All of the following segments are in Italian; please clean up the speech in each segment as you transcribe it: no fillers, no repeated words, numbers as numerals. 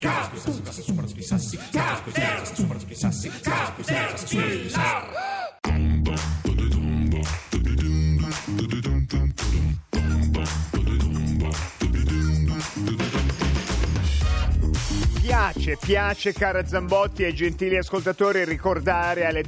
Piace cara Zambotti e gentili ascoltatori ricordare alle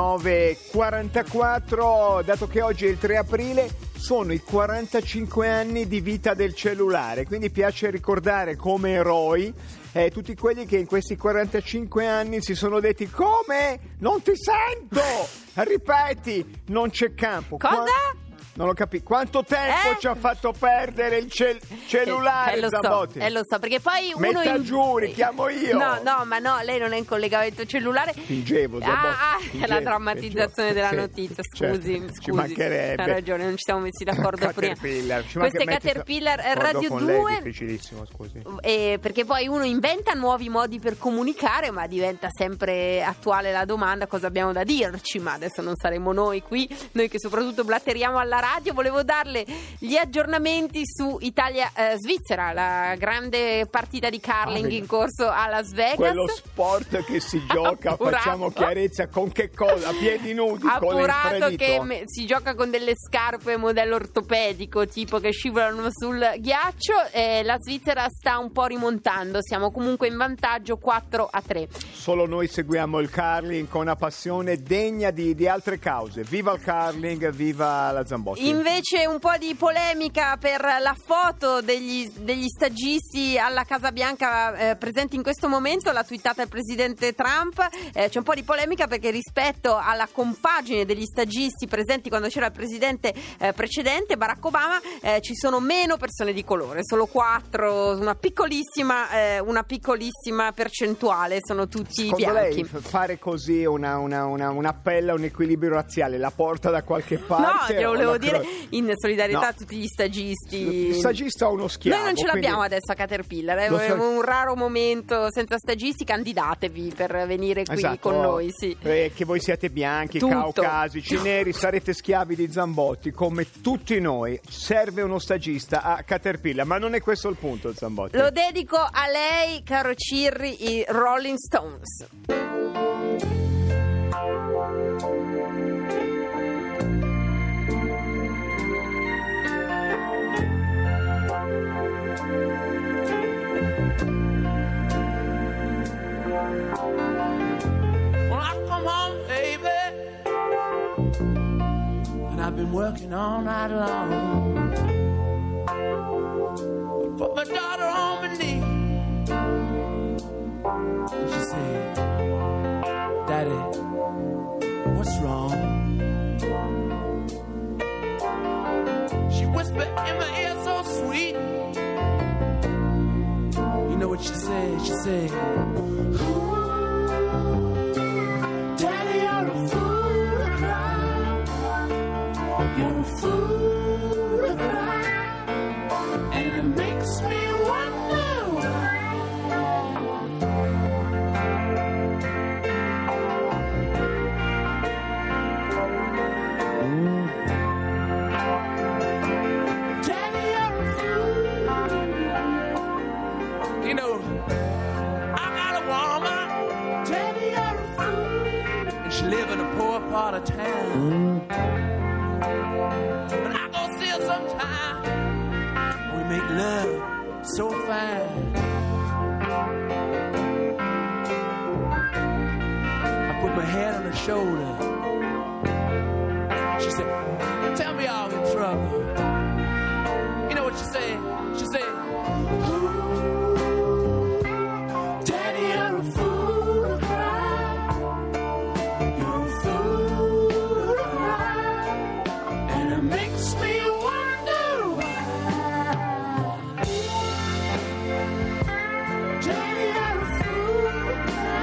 19:44, dato che oggi è il 3 aprile, sono i 45 anni di vita del cellulare, quindi piace ricordare come eroi tutti quelli che in questi 45 anni si sono detti: come? Non ti sento! Ripeti, non c'è campo. Cosa? Non ho capito. Quanto tempo ci ha fatto perdere il cellulare, Zambotti? Lo so, perché poi uno... Metta giù, richiamo io. No, lei non è in collegamento cellulare. Fingevo, Zambotti. La drammatizzazione della notizia, scusi. Ci mancherebbe. Ha ragione, non ci siamo messi d'accordo prima. Queste Caterpillar Radio 2. È difficilissimo, scusi. Perché poi uno inventa nuovi modi per comunicare, ma diventa sempre attuale la domanda: cosa abbiamo da dirci? Ma adesso non saremo noi qui, noi che soprattutto blatteriamo alla radio. Volevo darle gli aggiornamenti su Italia-Svizzera, la grande partita di curling in corso a Las Vegas. Quello sport che si gioca, facciamo chiarezza, con che cosa? A piedi nudi, appurato con il che si gioca con delle scarpe modello ortopedico, tipo che scivolano sul ghiaccio. La Svizzera sta un po' rimontando, siamo comunque in vantaggio 4-3. Solo noi seguiamo il curling con una passione degna di altre cause. Viva il curling, viva la Zambotti. Invece un po' di polemica per la foto degli stagisti alla Casa Bianca presenti in questo momento, l'ha twittata il presidente Trump. C'è un po' di polemica perché rispetto alla compagine degli stagisti presenti quando c'era il presidente precedente, Barack Obama, ci sono meno persone di colore, solo 4, una piccolissima percentuale, sono tutti Secondo bianchi. Lei fare così un appello a un equilibrio razziale la porta da qualche parte? No, glielo volevo dire in solidarietà a tutti gli stagisti. Il stagista è uno schiavo. Noi non ce l'abbiamo adesso a Caterpillar, avevamo un raro momento senza stagisti. Candidatevi per venire qui con noi, sì. Che voi siete bianchi, caucasici, neri, sarete schiavi di Zambotti come tutti noi. Serve uno stagista a Caterpillar, ma non è questo il punto, Zambotti. Lo dedico a lei, caro Cirri, i Rolling Stones. I've been working all night long. I put my daughter on my knee, and she said, "Daddy, what's wrong?" She whispered in my ear so sweet. You know what she said? She said, "Daddy, you're a fool to cry. You're a fool to cry, and it makes me wonder why." Daddy, you're a fool. You know, I got a woman. Daddy, you're a fool. And she live in a poor part of town. And I go see her sometime. We make love so fine. I put my hand on her shoulder. She said, "Tell me I'm in trouble." You know what she said? She said, "Daddy, you're a fool to cry. You're a fool to cry, and it makes me wonder why." Daddy, you're a fool to cry.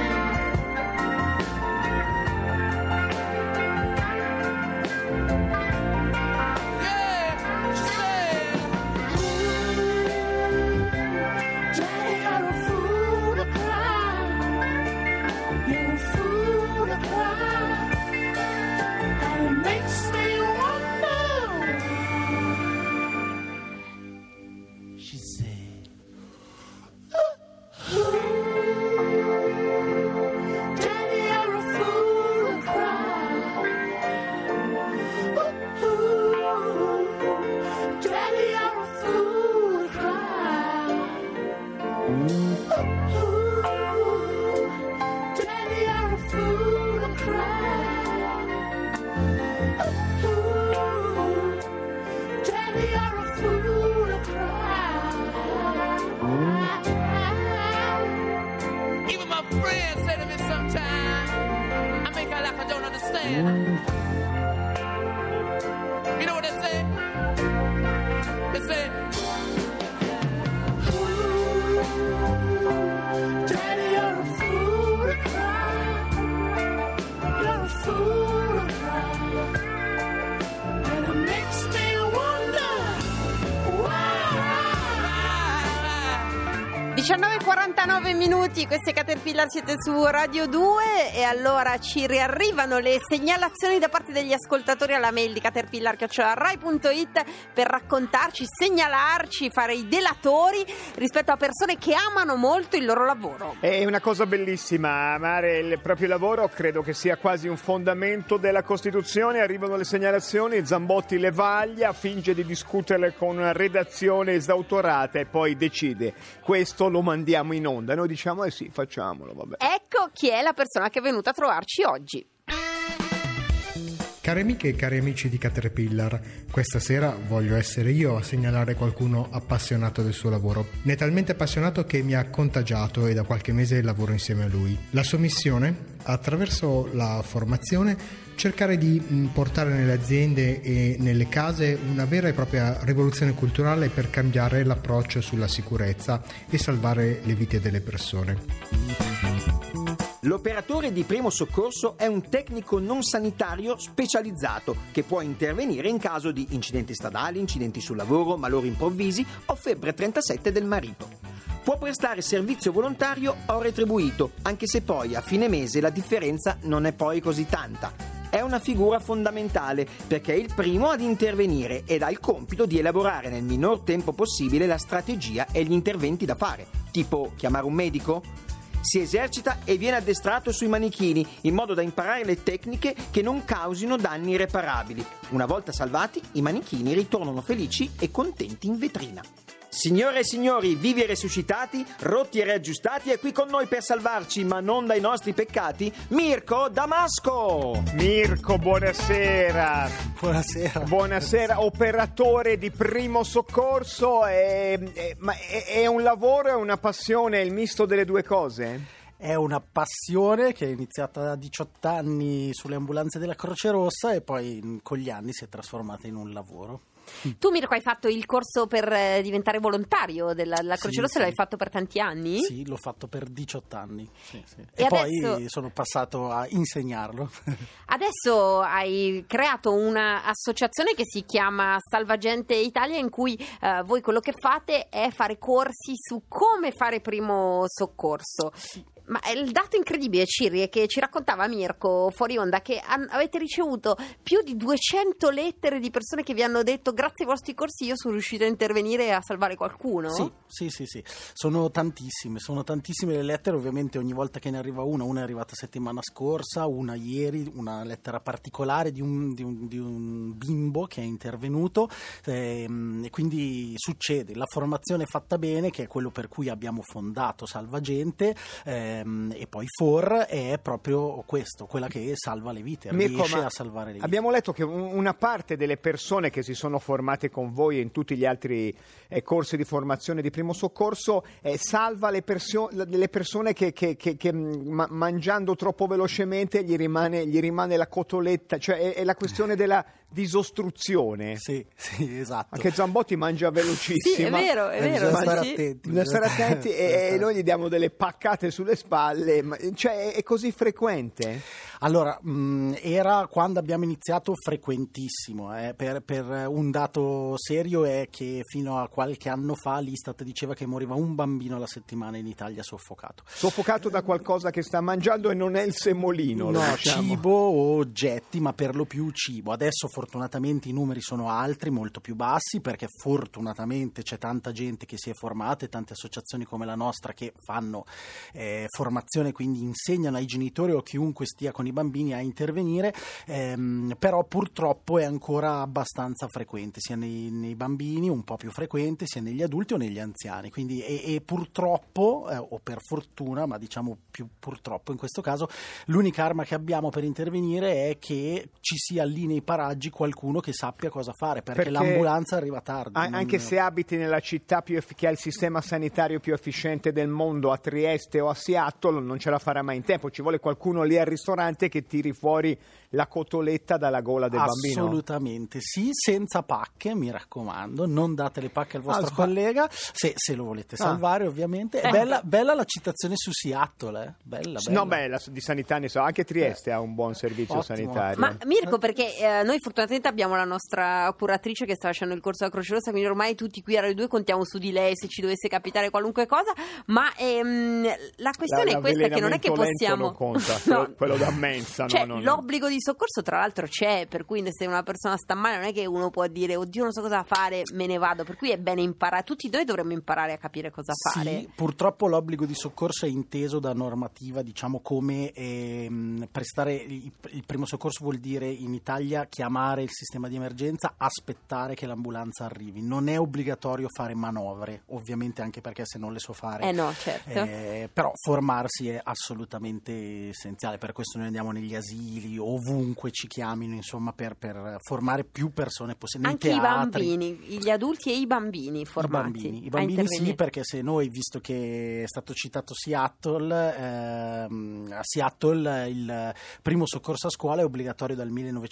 Daddy, you're a fool to cry. Daddy, you're a fool to cry. Even my friends say to me sometimes, I make out like I don't understand. You know what they say? They say, Daddy, you're a fool to cry. You're a fool to cry. And it makes me wonder why. 19:49 minuti, queste Caterpillar, siete su Radio 2 e allora ci riarrivano le segnalazioni da parte degli ascoltatori alla mail di caterpillar@rai.it per raccontarci, segnalarci, fare i delatori rispetto a persone che amano molto il loro lavoro. È una cosa bellissima, amare il proprio lavoro, credo che sia quasi un fondamento della Costituzione. Arrivano le segnalazioni, Zambotti le vaglia, finge di discuterle con una redazione esautorata e poi decide: questo lo mandiamo in onda. Noi diciamo sì, facciamolo, vabbè. Ecco chi è la persona che è venuta a trovarci oggi. Care amiche e cari amici di Caterpillar, questa sera voglio essere io a segnalare qualcuno appassionato del suo lavoro. Ne è talmente appassionato che mi ha contagiato e da qualche mese lavoro insieme a lui. La sua missione? Attraverso la formazione cercare di portare nelle aziende e nelle case una vera e propria rivoluzione culturale per cambiare l'approccio sulla sicurezza e salvare le vite delle persone. L'operatore di primo soccorso è un tecnico non sanitario specializzato che può intervenire in caso di incidenti stradali, incidenti sul lavoro, malori improvvisi o febbre 37 del marito. Può prestare servizio volontario o retribuito, anche se poi a fine mese la differenza non è poi così tanta. È una figura fondamentale perché è il primo ad intervenire ed ha il compito di elaborare nel minor tempo possibile la strategia e gli interventi da fare, tipo chiamare un medico. Si esercita e viene addestrato sui manichini in modo da imparare le tecniche che non causino danni irreparabili. Una volta salvati, i manichini ritornano felici e contenti in vetrina. Signore e signori, vivi e resuscitati, rotti e riaggiustati, è qui con noi per salvarci, ma non dai nostri peccati, Mirko Damasco! Mirko, buonasera. Buonasera. Buonasera, operatore di primo soccorso. Ma è un lavoro, è una passione, è il misto delle due cose? È una passione che è iniziata a 18 anni sulle ambulanze della Croce Rossa e poi con gli anni si è trasformata in un lavoro. Tu, Mirko, hai fatto il corso per diventare volontario della Croce Rossa, sì. L'hai fatto per tanti anni? Sì, l'ho fatto per 18 anni. Sì. E poi adesso sono passato a insegnarlo. Adesso hai creato un'associazione che si chiama Salvagente Italia, in cui voi quello che fate è fare corsi su come fare primo soccorso. Ma il dato incredibile, Ciri, è che ci raccontava Mirko fuori onda che avete ricevuto più di 200 lettere di persone che vi hanno detto: grazie ai vostri corsi io sono riuscita a intervenire e a salvare qualcuno. Sì. Sono tantissime le lettere. Ovviamente ogni volta che ne arriva una è arrivata settimana scorsa, una ieri, una lettera particolare di un bimbo che è intervenuto, e quindi succede. La formazione fatta bene, che è quello per cui abbiamo fondato Salvagente, e poi FOR è proprio questo, quella che salva le vite, Mirko, riesce a salvare le vite. Abbiamo letto che una parte delle persone che si sono formate con voi e in tutti gli altri corsi di formazione di primo soccorso salva le persone che mangiando troppo velocemente gli rimane la cotoletta, cioè è la questione della disostruzione. Sì, esatto. Anche Zambotti mangia velocissimo. Sì, è vero. Bisogna stare Sì. attenti. Bisogna stare attenti e noi gli diamo delle paccate sulle spalle, cioè è così frequente? Allora, era quando abbiamo iniziato frequentissimo, per un dato serio è che fino a qualche anno fa l'Istat diceva che moriva un bambino alla settimana in Italia soffocato. Soffocato da qualcosa che sta mangiando e non è il semolino. No, diciamo. cibo o oggetti, ma per lo più cibo. Adesso fortunatamente i numeri sono altri, molto più bassi, perché fortunatamente c'è tanta gente che si è formata e tante associazioni come la nostra che fanno formazione, quindi insegnano ai genitori o chiunque stia con i bambini a intervenire, però purtroppo è ancora abbastanza frequente, sia nei bambini, un po' più frequente, sia negli adulti o negli anziani. Quindi e purtroppo, o per fortuna, ma diciamo più purtroppo in questo caso, l'unica arma che abbiamo per intervenire è che ci sia lì nei paraggi qualcuno che sappia cosa fare, perché l'ambulanza arriva tardi. Anche se abiti nella città che ha il sistema sanitario più efficiente del mondo, a Trieste o a Seattle, non ce la farà mai in tempo. Ci vuole qualcuno lì al ristorante che tiri fuori la cotoletta dalla gola del bambino. Assolutamente sì, senza pacche, mi raccomando, non date le pacche al vostro collega, se lo volete salvare ovviamente. È bella la citazione su Seattle, bella. No, bella, di sanità ne so, anche Trieste ha un buon servizio sanitario. Ma Mirko, perché noi fortunatamente abbiamo la nostra curatrice che sta facendo il corso della Croce Rossa, quindi ormai tutti qui a Radio 2 contiamo su di lei se ci dovesse capitare qualunque cosa, ma la questione è questa, che non è che possiamo... Non conta, quello da mensa. Cioè, l'obbligo di soccorso tra l'altro c'è, per cui se una persona sta male non è che uno può dire oddio non so cosa fare, me ne vado, per cui è bene imparare, tutti noi dovremmo imparare a capire cosa fare. Sì, purtroppo l'obbligo di soccorso è inteso da normativa, diciamo, come prestare il primo soccorso vuol dire in Italia chiamare il sistema di emergenza, aspettare che l'ambulanza arrivi. Non è obbligatorio fare manovre, ovviamente, anche perché se non le so fare no, certo. Però formarsi è assolutamente essenziale, per questo noi andiamo negli asili, ovunque ci chiamino, insomma, per formare più persone possibili. Anche i bambini, gli adulti e i bambini formati. I bambini sì, perché se noi, visto che è stato citato Seattle, a Seattle il primo soccorso a scuola è obbligatorio dal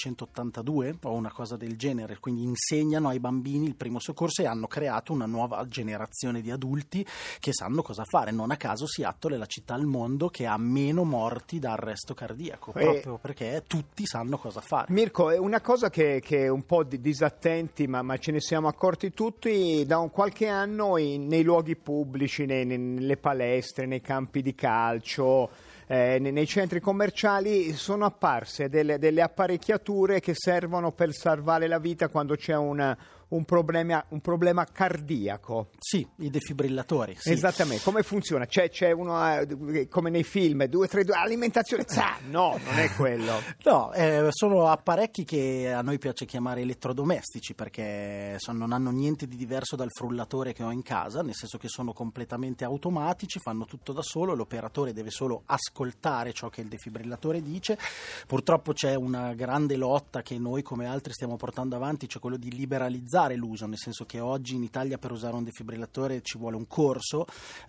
1982 o una cosa del genere, quindi insegnano ai bambini il primo soccorso e hanno creato una nuova generazione di adulti che sanno cosa fare. Non a caso Seattle è la città al mondo che ha meno morti da arresto cardiaco, proprio perché tutti sanno cosa fare. Mirko, è una cosa che un po' di disattenti, ma ce ne siamo accorti tutti da qualche anno nei luoghi pubblici, nelle palestre, nei campi di calcio, nei centri commerciali sono apparse delle apparecchiature che servono per salvare la vita quando c'è un problema cardiaco. Sì, i defibrillatori. Sì. Esattamente. Come funziona? C'è uno come nei film, 2, 3, 2, alimentazione. No, non è quello. No, sono apparecchi che a noi piace chiamare elettrodomestici, perché non hanno niente di diverso dal frullatore che ho in casa, nel senso che sono completamente automatici, fanno tutto da solo, l'operatore deve solo ascoltare ciò che il defibrillatore dice. Purtroppo c'è una grande lotta che noi come altri stiamo portando avanti, cioè quello di liberalizzare l'uso, nel senso che oggi in Italia per usare un defibrillatore ci vuole un corso,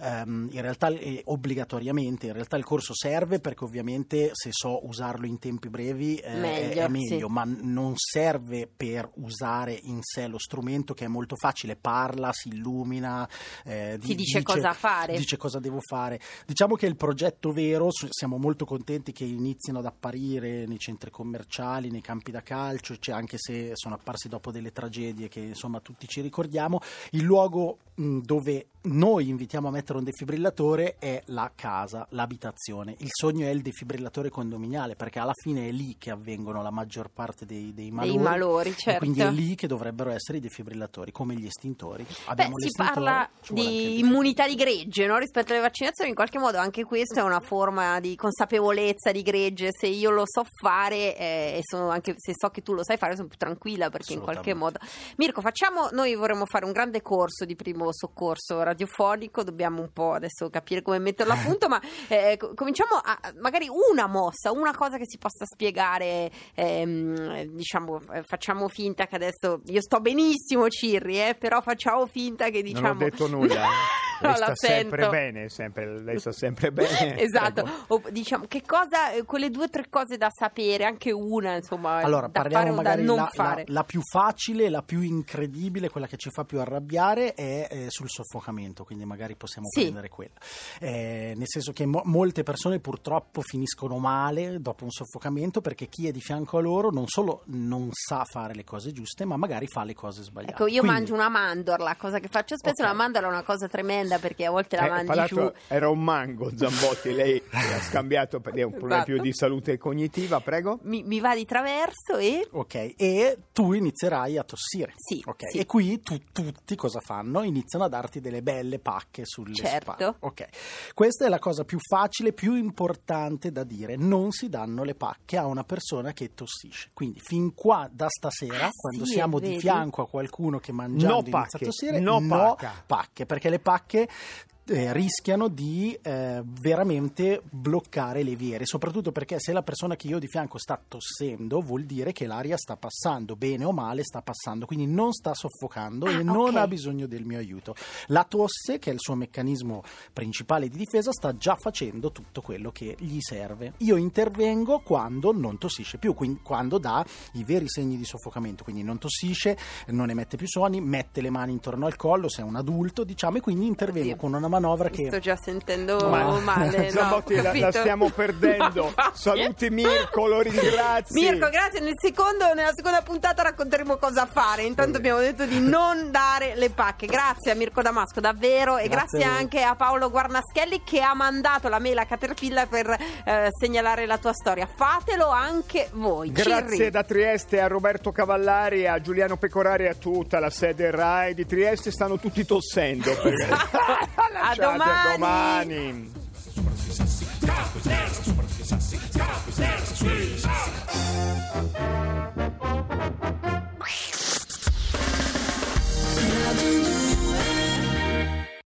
in realtà obbligatoriamente. In realtà il corso serve perché ovviamente se so usarlo in tempi brevi è meglio, sì. Ma non serve per usare in sé lo strumento, che è molto facile, parla, si illumina, ti dice cosa fare, dice cosa devo fare. Diciamo che il progetto vero, siamo molto contenti che iniziano ad apparire nei centri commerciali, nei campi da calcio, anche se sono apparsi dopo delle tragedie che insomma tutti ci ricordiamo. Il luogo dove noi invitiamo a mettere un defibrillatore è la casa, l'abitazione. Il sogno è il defibrillatore condominiale, perché alla fine è lì che avvengono la maggior parte dei malori, certo. E quindi è lì che dovrebbero essere i defibrillatori, come gli estintori. Si parla di immunità di gregge, no? Rispetto alle vaccinazioni, in qualche modo anche questa è una forma di consapevolezza di gregge. Se io lo so fare anche se so che tu lo sai fare, sono più tranquilla, perché in qualche modo. Mirko, noi vorremmo fare un grande corso di primo soccorso radiofonico, dobbiamo un po' adesso capire come metterlo a punto, ma cominciamo a magari una mossa, una cosa che si possa spiegare, facciamo finta che adesso io sto benissimo, Cirri, però facciamo finta che non ho detto nulla. Lei sta sempre bene, lei sta sempre bene. Esatto. O, che cosa, quelle 2 o 3 cose da sapere, anche una, insomma, allora, da fare o da non fare. La più facile, la più incredibile, quella che ci fa più arrabbiare è sul soffocamento. soffocamento, quindi magari possiamo prendere quella. Nel senso che molte persone purtroppo finiscono male dopo un soffocamento, perché chi è di fianco a loro non solo non sa fare le cose giuste, ma magari fa le cose sbagliate. Ecco, io mangio una mandorla, cosa che faccio spesso. La mandorla è una cosa tremenda, perché a volte la mangi giù. Era un mango, Zambotti, lei ha scambiato per un problema più di salute cognitiva, prego. Mi va di traverso e... Ok, e tu inizierai a tossire. Sì, okay. sì. E qui tutti cosa fanno? Iniziano a darti delle belle pacche sulle spalle. Ok, questa è la cosa più facile, più importante da dire. Non si danno le pacche a una persona che tossisce. Quindi fin qua da stasera, quando siamo di fianco a qualcuno che mangiando inizia a tossire, no pacche, perché le pacche rischiano di veramente bloccare le vie, soprattutto perché se la persona che io ho di fianco sta tossendo, vuol dire che l'aria sta passando, bene o male sta passando, quindi non sta soffocando e non ha bisogno del mio aiuto. La tosse, che è il suo meccanismo principale di difesa, sta già facendo tutto quello che gli serve. Io intervengo quando non tossisce più, quindi quando dà i veri segni di soffocamento, quindi non tossisce, non emette più suoni, mette le mani intorno al collo, se è un adulto, diciamo, e quindi intervengo con una manovra che... Sto già sentendo male. Zambotti, la stiamo perdendo. Saluti Mirko, lo ringrazio. Mirko, grazie. Nella seconda puntata racconteremo cosa fare. Intanto abbiamo detto di non dare le pacche. Grazie a Mirko Damasco, davvero. E grazie anche a Paolo Guarnaschelli, che ha mandato la mail a Caterpillar per segnalare la tua storia. Fatelo anche voi. Grazie da Trieste a Roberto Cavallari, a Giuliano Pecorari e a tutta la sede RAI di Trieste. Stanno tutti tossendo. A domani. A domani.